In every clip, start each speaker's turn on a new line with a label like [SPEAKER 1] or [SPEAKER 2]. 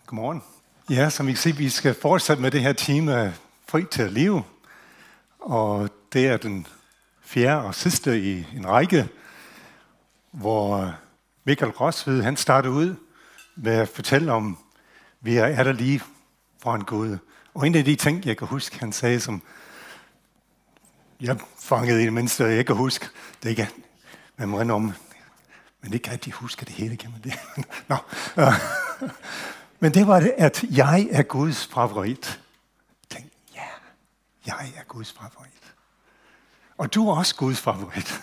[SPEAKER 1] Godmorgen. Ja, som I kan se, vi skal fortsætte med det her tema Fri til at leve. Og det er den fjerde og sidste i en række, hvor Michael Rosved, han startede ud med at fortælle om, vi er der lige foran Gud. Og en af de ting, jeg kan huske, han sagde, som jeg fangede i det mindste, jeg kan huske, det ikke man må om, men det kan ikke huske det hele, kan man det? Nå. Men det var det, at jeg er Guds favorit. Tænk, ja, jeg er Guds favorit. Og du er også Guds favorit.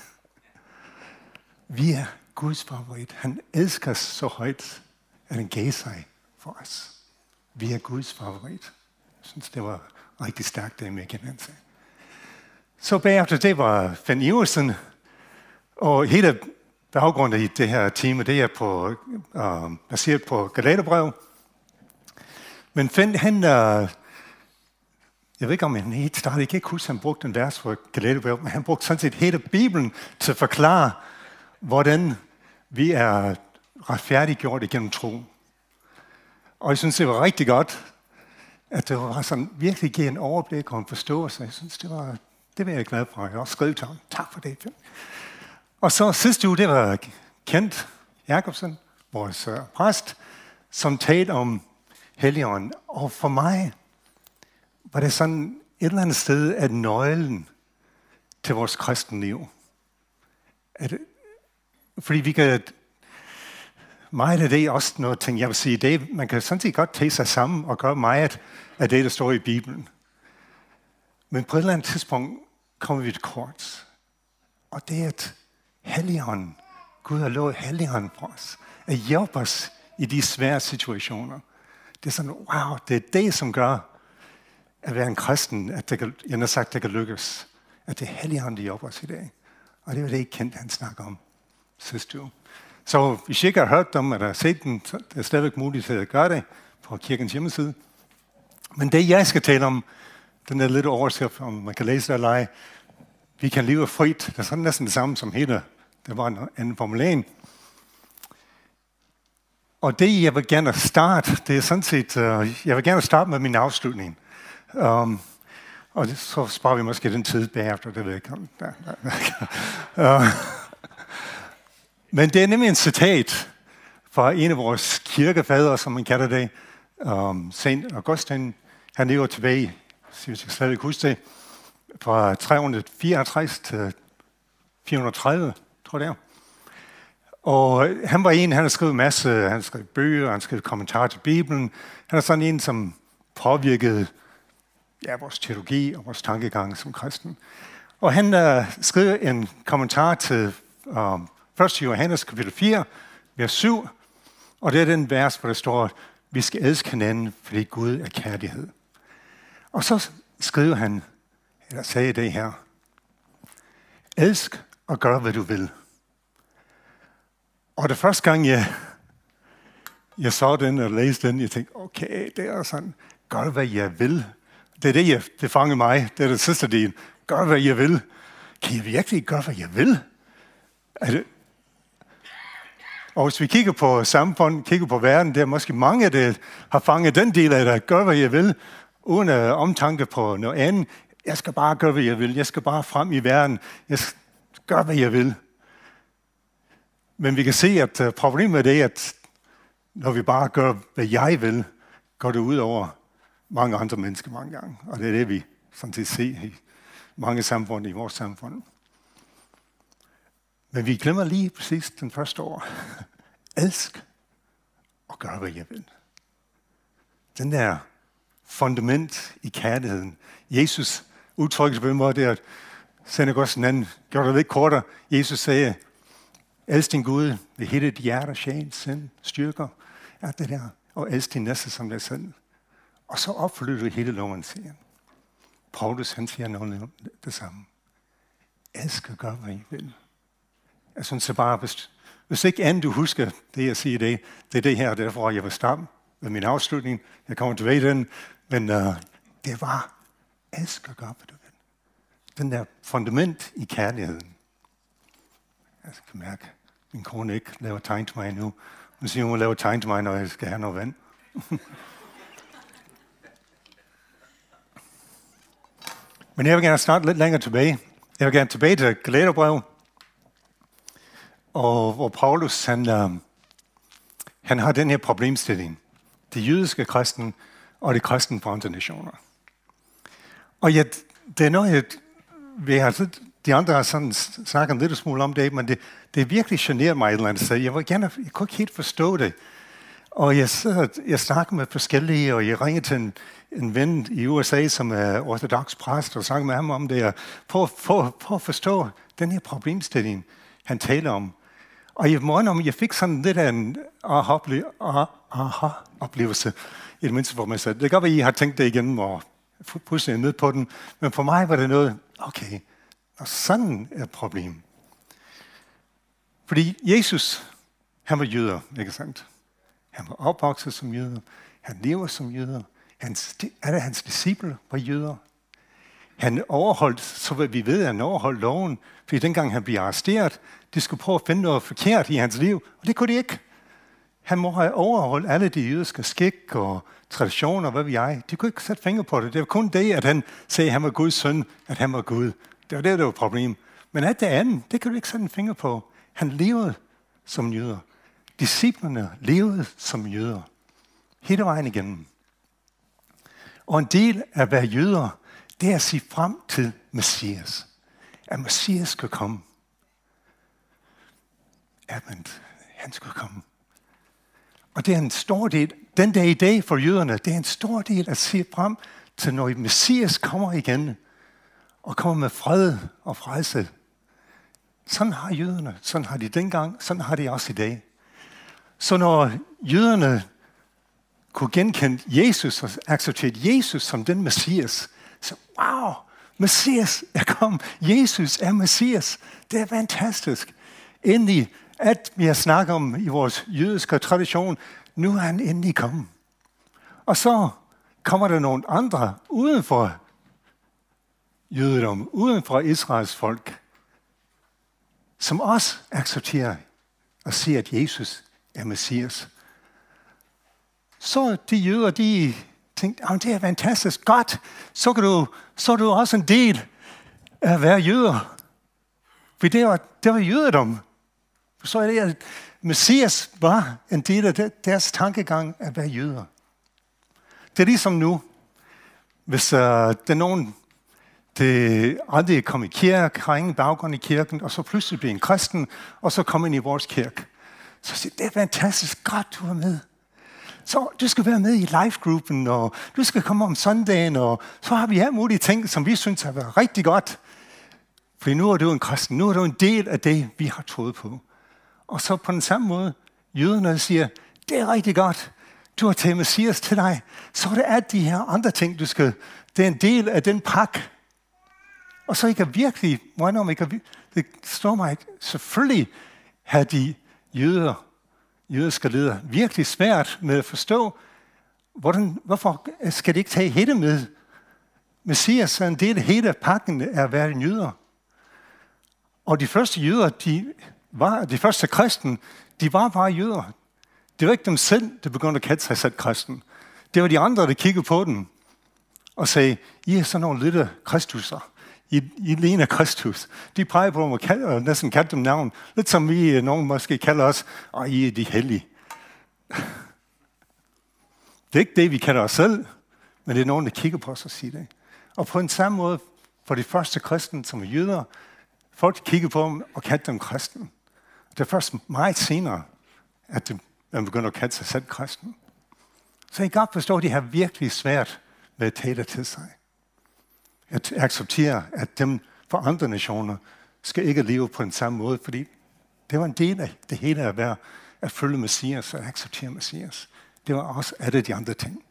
[SPEAKER 1] Vi er Guds favorit. Han elsker os så højt, at han gav sig for os. Vi er Guds favorit. Jeg synes, det var rigtig stærkt, det med igen. Så bagefter, det var Finn Iversen, og hele baggrunden i det her tema, det er baseret på Galaterbrevet. Men Finn, han, jeg ved ikke, om han helt startede, jeg kan ikke huske, han brugte en vers for Galaterbrevet, men han brugte sådan set hele Bibelen til at forklare, hvordan vi er retfærdiggjort igennem tro. Og jeg synes, det var rigtig godt, at det var sådan virkelig give en overblik og en forståelse. Jeg synes, det var jeg glad for. Jeg har også skrevet til ham. Tak for det, Finn. Og så sidste uge, det var Kent Jacobsen, vores præst, som talte om Helligånden. Og for mig var det sådan et eller andet sted, at nøglen til vores kristenliv. Fordi vi kan meget af det også noget ting, jeg vil sige, det, man kan sådan set godt tage sig sammen og gøre meget af det, der står i Bibelen. Men på et eller andet tidspunkt kommer vi et kort. Og det er, at Helligånden, Gud har lovet Helligånden for os, at hjælpe os i de svære situationer. Det er sådan, wow, det er det, som gør at være en kristen, at det kan, jeg har sagt, det kan lykkes. At det er Helligånden, der hjælper os i dag. Og det var det, ikke kendt, han snakker om sidste uge. Så hvis I ikke har hørt dem, eller set dem, så er det stadigvæk muligt at gøre det på kirkens hjemmeside. Men det, jeg skal tale om, den er lidt overskrift, om man kan læse det eller ej. Vi kan leve frit. Det er sådan næsten det samme som hele. Det var en anden formulering. Og det, jeg vil gerne starte, det er sådan set, jeg vil gerne starte med min afslutning. Og så sparer vi måske den tid bagefter, det ved jeg ikke. Men det er nemlig en citat fra en af vores kirkefædre, som man kalder det, Saint Augustin. Han lever tilbage, hvis jeg slet ikke huske det, fra 354 til 430, tror jeg det er. Og han var en, han har skrevet masse, han har skrevet bøger, han har skrevet kommentarer til Bibelen. Han er sådan en, som påvirkede vores teologi og vores tankegang som kristen. Og han skrev en kommentar til 1. Johannes kapitel 4, vers 7. Og det er den vers, hvor der står, vi skal elske hinanden, fordi Gud er kærlighed. Og så skrev han, eller sagde det her, elsk og gør, hvad du vil. Og det første gang, jeg så den og læste den, jeg tænkte, okay, det er sådan, gør hvad jeg vil. Det er det fangede mig. Det er det sidste del. Gør hvad jeg vil. Kan jeg virkelig gøre, hvad jeg vil? Og hvis vi kigger på samfundet, kigger på verden, der er måske mange, der har fanget den del af det, gør hvad jeg vil, uden omtanke på noget andet. Jeg skal bare gøre, hvad jeg vil. Jeg skal bare frem i verden. Jeg skal gøre, hvad jeg vil. Men vi kan se, at problemet er det, at når vi bare gør, hvad jeg vil, går det ud over mange andre mennesker mange gange. Og det er det, vi sådan set ser i mange samfund, i vores samfund. Men vi glemmer lige præcis den første ord. Elsk og gør, hvad jeg vil. Den der fundament i kærligheden. Jesus udtrykker sig på en måde, det er, at Saint Augustin gjorde det lidt kortere. Jesus sagde, elsk din Gud ved hele dit hjerte, sjæl, sind, styrker, alt det der. Og elsk din næste som dig selv. Og så opfylder du hele loven, siger han. Paulus, han siger noget det samme. Elsk og gør, hvad I vil. Jeg synes så bare, hvis ikke andet du husker det, jeg siger i dag, det er det her, derfor jeg vil starte med min afslutning. Jeg kommer tilbage til den, men det var elsk og gør, hvad du vil. Den der fundament i kærligheden. Jeg kan mærke, at min kone ikke laver tegn til mig nu. Hun siger, hun laver tegn til mig, når jeg skal have noget vand. Men jeg vil gerne starte lidt længere tilbage. Jeg vil gerne tilbage til Galaterbrevet, og hvor Paulus han har den her problemstilling. De jødiske kristne og de kristne fra andre nationer. Og det er noget, de andre har sådan snakket en lille smule om det, men det virkelig generer mig et eller andet sted. Jeg kunne ikke helt forstå det. Og jeg snakker med forskellige, og jeg ringer til en ven i USA, som er ortodox præst, og snakker med ham om det, for at forstå den her problemstilling, han taler om. Og jeg fik sådan lidt af en aha-oplevelse, i det mindste for mig selv. Det kan godt være, I har tænkt det igen, og pludselig ned på den, men for mig var det noget, okay, og sådan er et problem. Fordi Jesus, han var jøder, ikke sandt? Han var opvokset som jøder, han lever som jøder, hans disciple var jøder. Han overholdt, så hvad vi ved, han overholdt loven, fordi dengang han blev arresteret, de skulle prøve at finde noget forkert i hans liv, og det kunne de ikke. Han må have overholdt alle de jødiske skik og traditioner, hvad ved jeg. De kunne ikke sætte fingre på det. Det var kun det, at han sagde, at han var Guds søn, at han var Gud. Det var det, der var problemet. Men alt det andet, det kan du ikke sætte en finger på. Han levede som jøder. Disciplerne levede som jøder. Hele vejen igennem. Og en del af at være jøder, det er at sige frem til Messias. At Messias skal komme. At han skulle komme. Og det er en stor del, den dag i dag for jøderne, det er en stor del at se frem til, når Messias kommer igen, og kommer med fred og frelse. Sådan har jøderne, sådan har de dengang, sådan har de også i dag. Så når jøderne kunne genkende Jesus og acceptere Jesus som den Messias, så wow, Messias er kommet. Jesus er Messias. Det er fantastisk. Endelig, at vi har snakket om i vores jødiske tradition, nu er han endelig kommet. Og så kommer der nogle andre uden for jødedom, uden for Israels folk, som også accepterer og siger, at Jesus er Messias. Så de jøder, de tænkte, det er fantastisk godt, så er du også en del af at være jøder. For det var jødedom. Så er det, at Messias var en del af deres tankegang at være jøder. Det er ligesom nu, hvis der er nogen, der aldrig er kommet i kirke, har ingen baggrund i kirken, og så pludselig bliver en kristen, og så kommer ind i vores kirke. Så siger det er fantastisk godt, du er med. Så du skal være med i life-gruppen, og du skal komme om søndagen, og så har vi alle mulige ting, som vi synes har været rigtig godt. For nu er du en kristen, nu er du en del af det, vi har troet på. Og så på den samme måde, jøderne siger, det er rigtig godt, du har taget Messias til dig, så er det alle de her andre ting, det er en del af den pakke. Og så ikke virkelig, det står mig, selvfølgelig har de jødiske ledere virkelig svært med at forstå, hvorfor skal de ikke tage hele med? Messias er en del af hele pakken af at være en jøder. Og de første jøder, de første kristne, de var bare jøder. Det var ikke dem selv, der begyndte at kalde sig selv kristen. Det var de andre, der kiggede på dem og sagde, I er sådan nogle lille kristusser. I ligner Kristus. De peger på dem og næsten kalde dem navn. Lidt som nogen måske kalder os, og I er de hellige. Det er ikke det, vi kalder os selv, men det er nogen, der kigger på os og siger det. Og på en samme måde, for de første kristne, som er jøder, folk kigger på dem og kalder dem kristne. Det er først meget senere, at man begynder at kalde sig selv kristne. Så I kan godt forstå, at de har virkelig svært med at tale til sig. At acceptere, at dem fra andre nationer skal ikke leve på den samme måde, fordi det var en del af det hele at være at følge Messias og acceptere Messias. Det var også alle de andre ting.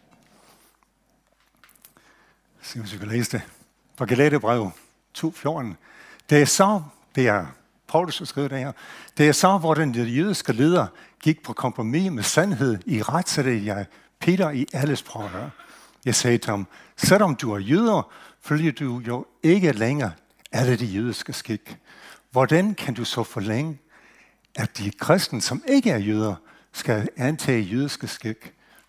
[SPEAKER 1] Se, hvis vi kan læse det. Fra Galaterbrevet 2:14. Det er Paulus, der skriver det her. Det er så, hvor den jødiske leder gik på kompromis med sandhed i retssatte jeg Peter i alles prøver. Jeg sagde til ham, selvom du er jøder, følger du jo ikke længere alle de jødiske skik. Hvordan kan du så forlænge, at de kristne, som ikke er jøder, skal antage jødiske skik?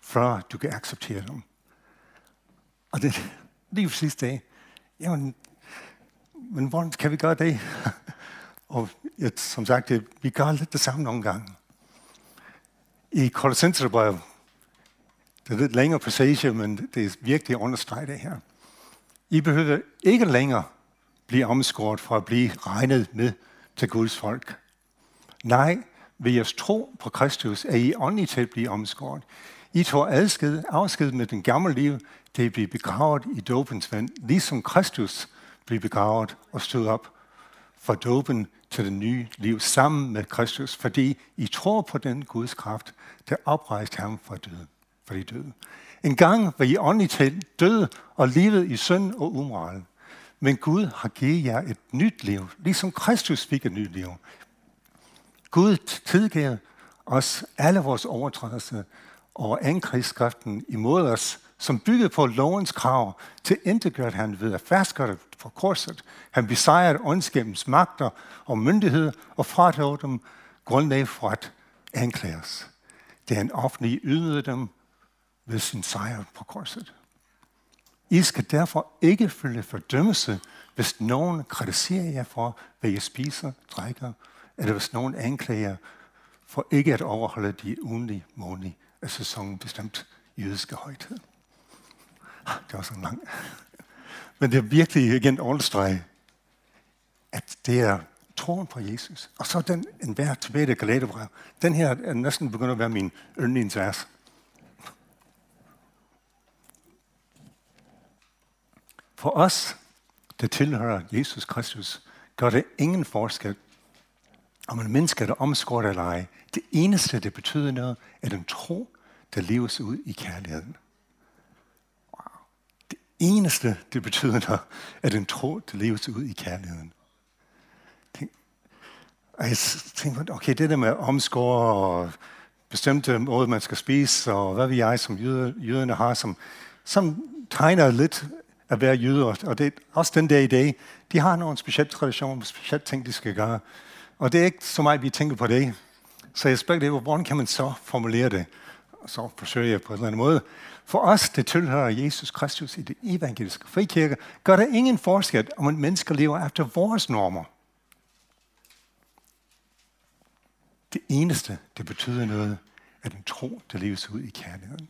[SPEAKER 1] før du kan acceptere dem. Og det er lige præcis det. Jamen, men hvordan kan vi gøre det? Og som sagt, vi gør lidt det samme nogle gange. I Kolossenserbrevet, det er lidt længere passage, men det er virkelig at understrege det her. I behøver ikke længere blive omskåret for at blive regnet med til Guds folk. Nej, ved jeres tro på Kristus er I åndeligt til at blive omskåret. I tog afsked med den gamle liv, det blev begravet i dåbens vand, ligesom Kristus blev begravet og stod op for dåben til det nye liv sammen med Kristus, fordi I tror på den Guds kraft, der oprejste ham fra de døde. En gang var I åndeligt døde og levede i synd og umoral. Men Gud har givet jer et nyt liv, ligesom Kristus fik et nyt liv. Gud tilgav os alle vores overtrædelser og angrebsskriften imod os, som byggede på lovens krav, til integrerat han ved at fastgøre det på korset. Han besejrede ondskabens magter og myndighed og fratog dem grundlag for at anklage os. Det han offentligt ydmygede dem ved sin sejr på korset. I skal derfor ikke følge fordømmelse, hvis nogen kritiserer jer for, hvad I spiser, drikker, eller hvis nogen anklager for ikke at overholde de ugentlige måneder af sæsonen bestemt jødiske højtid. Det var så langt. Men det er virkelig igen understrege, at det er troen på Jesus. Og så den enhver tilbage til Galaterbrevet. Den her er næsten begyndt at være min yndlingsvers. For os, der tilhører Jesus Kristus, gør det ingen forskel, om en menneske er omskåret eller ej. Det eneste, det betyder noget, er den tro, der leves ud i kærligheden. Wow. Det eneste, det betyder noget, er den tro, der leves ud i kærligheden. Og jeg tænkte, okay, det der med omskåret og bestemte måde, man skal spise, og hvad vi jeg, som jøderne har, som tegner lidt at være jøder. Og det er også den der i dag, de har nogle specielle traditioner, specielle ting, de skal gøre. Og det er ikke så meget, vi tænker på det. Så jeg spørger det, hvordan kan man så formulere det? Og så forsøger jeg på en eller anden måde. For os, det tilhører Jesus Kristus i det evangeliske frikirke, gør der ingen forskel, om en menneske lever efter vores normer. Det eneste, det betyder noget, er den tro, der leves ud i kærligheden.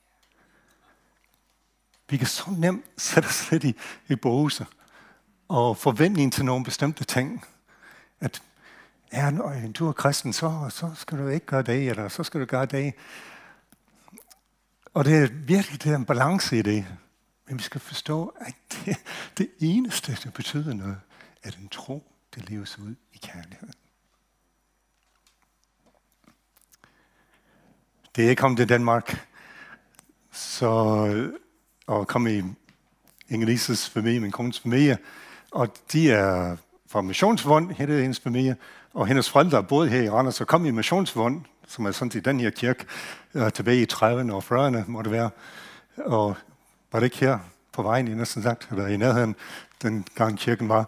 [SPEAKER 1] Vi kan så nemt sætte os lidt i båse og forventning til nogle bestemte ting. At ja, når du er kristen, så skal du ikke gøre det, eller så skal du gøre det. Og det er virkelig det er en balance i det. Men vi skal forstå, at det eneste, der betyder noget, er den tro, der leves ud i kærligheden. Det er ikke kommet til Danmark, og kom i Inge-Lises familie, min kones familie, og de er fra Missionsvund, hedder hendes familie, og hendes forældre boede her i Randers, og kom i Missionsvund, som er sådan til den her kirke, tilbage i 30'erne og 40'erne, må det være. Og var det ikke her på vejen, i næsten sagt, eller i nærheden, den gang kirken var.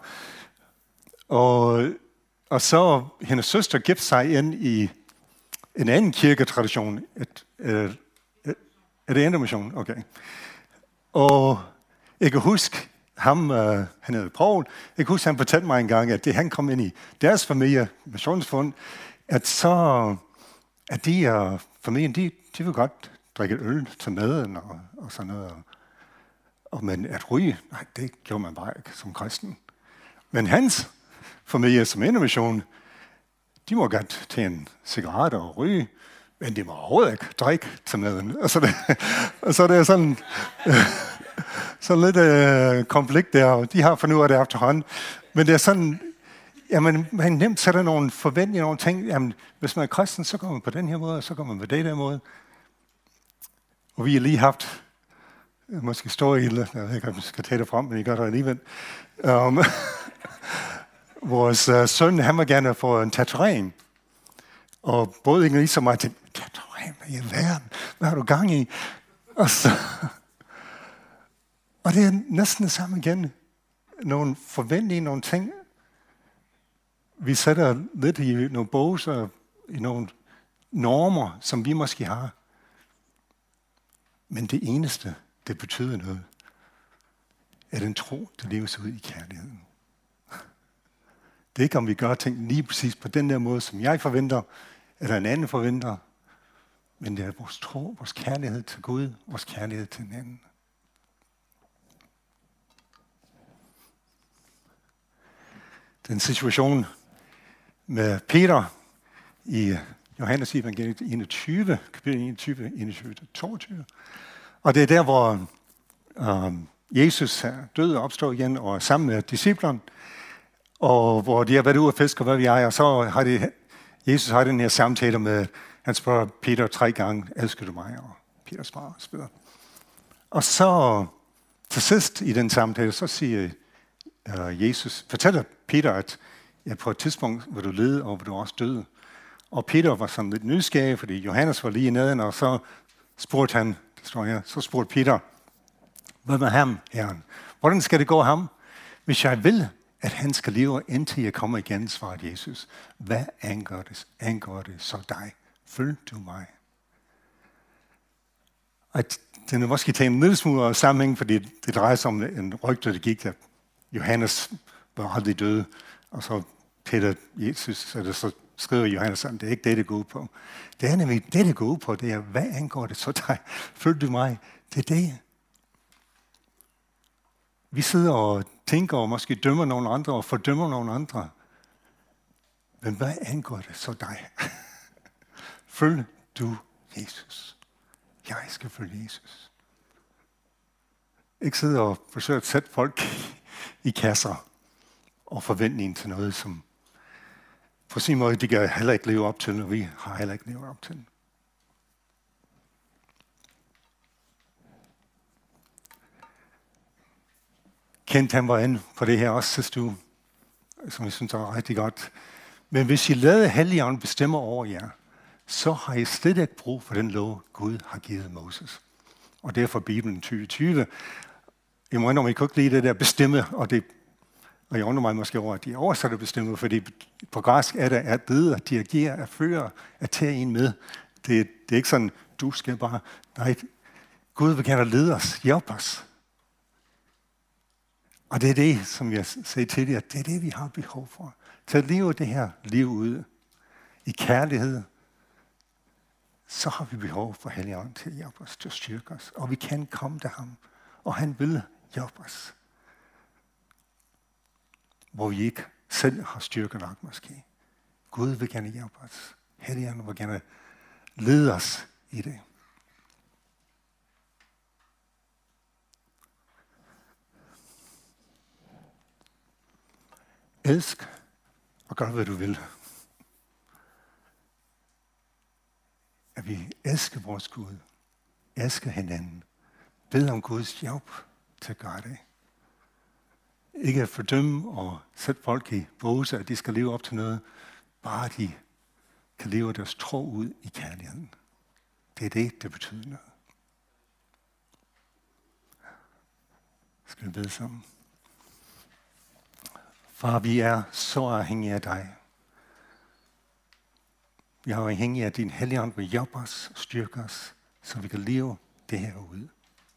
[SPEAKER 1] Og så hendes søster giftede sig ind i en anden kirketradition. Er det Indre Mission? Okay. Og jeg kan huske ham, han hedder Paul, jeg kan huske, han fortalte mig engang, at det han kom ind i deres familie, Missionsfund, at familien, de vil godt drikke øl til maden og sådan noget. Men at ryge, nej, det gjorde man bare ikke som kristen. Men hans familie som Indre Mission, de må godt tage en cigaret og ryge, men de må overhovedet ikke drikke til maden. Og så er det sådan lidt konflikt der, og de har fundet ud af det efterhånden. Men det er sådan, jamen, man nemt sætter nogle forventninger, nogle ting. Jamen, hvis man er kristen, så går man på den her måde, og så går man på den der måde. Og vi har lige haft, måske står i det, jeg ved ikke, om jeg skal tage det frem, men I gør det alligevel. Vores søn, han vil gerne få en tatovering. Og både Inge-Lise og mig tænkte, tatovering, hvad i verden? Hvad har du gang i? Og det er næsten det samme igen. Nogle forventninger, nogle ting. Vi sætter lidt i nogle båser, i nogle normer, som vi måske har. Men det eneste, det betyder noget, er den tro, der leves ud i kærligheden. Det er ikke, om vi gør ting lige præcis på den der måde, som jeg forventer, eller en anden forventer, men det er vores tro, vores kærlighed til Gud, vores kærlighed til hinanden. Den situation med Peter i Johannes evangeliet 21, kapitel 21, 21-22. Og det er der, hvor Jesus er død og opstår igen, og er sammen med disciplerne, og hvor de har været ude og fiske, og hvad vi er, og så har Jesus har den her samtale med, han spørger Peter 3 gange, elsker du mig? Og Peter svarer og spørger. Og så til sidst i den samtale, så siger fortæller Peter, at på et tidspunkt vil du lide, og vil du også døde. Og Peter var sådan lidt nysgerrig, fordi Johannes var lige neden, og så spurgte han, det står her, så spurgte Peter, hvad med ham, Herren? Hvordan skal det gå ham? Hvis jeg vil, at han skal leve, indtil jeg kommer igen, svarede Jesus. Hvad angår det så dig? Følg du mig? Og den er måske taget en lille smule af sammenhæng, fordi det drejer sig om en rygte, der gik, at Johannes var aldrig død, og så Peter Jesus, så skriver Johannes, at det er ikke det går ud på. Det er nemlig det går ud på, det er, hvad angår det så dig? Følg du mig? Det er det. Vi sidder og tænker og måske dømmer nogle andre og fordømmer nogle andre. Men hvad angår det så dig? Følg du Jesus. Jeg skal følge Jesus. Ikke sidde og forsøge at sætte folk i kasser og forventning til noget, som på sin måde, de kan heller ikke leve op til, og vi har heller ikke levet op til. Kent, han var inde på det her også sidste uge, som jeg synes er rigtig godt. Men hvis I lader Helligånden bestemme over jer, så har I slet ikke brug for den lov, Gud har givet Moses. Og det er fra Bibelen 2020. Jeg må indrømme, I kunne ikke lide det der bestemme, og jeg undrer mig måske over, at de oversætter bestemme, fordi på græsk er det at lede, at dirigere, at føre, at tage en med. Det er ikke sådan, du skal bare... Nej, Gud vil gerne lede os, hjælpe os. Og det er det, som jeg sagde tidligere, det er det, vi har behov for. Til at leve det her liv ud i kærlighed, så har vi behov for Helligånden til at hjælpe os, til at styrke os. Og vi kan komme til ham, og han vil hjælpe os. Hvor vi ikke selv har styrke nok måske. Gud vil gerne hjælpe os. Helligånden vil gerne lede os i det. Elsk og gør, hvad du vil. At vi elsker vores Gud. Elsker hinanden. Bed om Guds hjælp til at gøre det. Ikke at fordømme og sætte folk i båse, at de skal leve op til noget. Bare de kan leve deres tro ud i kærligheden. Det er det, det betyder noget. Skal vi bede sammen? Far, vi er så afhængige af dig. Vi er afhængige af din Helligånd, vil hjælpe os, styrke os, så vi kan leve det her ud.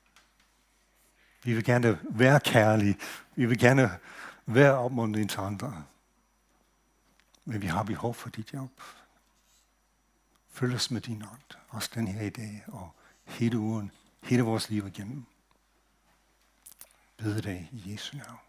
[SPEAKER 1] Vi vil gerne være kærlige. Vi vil gerne være opmuntret til andre. Men vi har behov for dit hjælp. Følg os med din ånd. Også den her i dag og hele ugen, hele vores liv igennem. Bede dig i Jesu navn.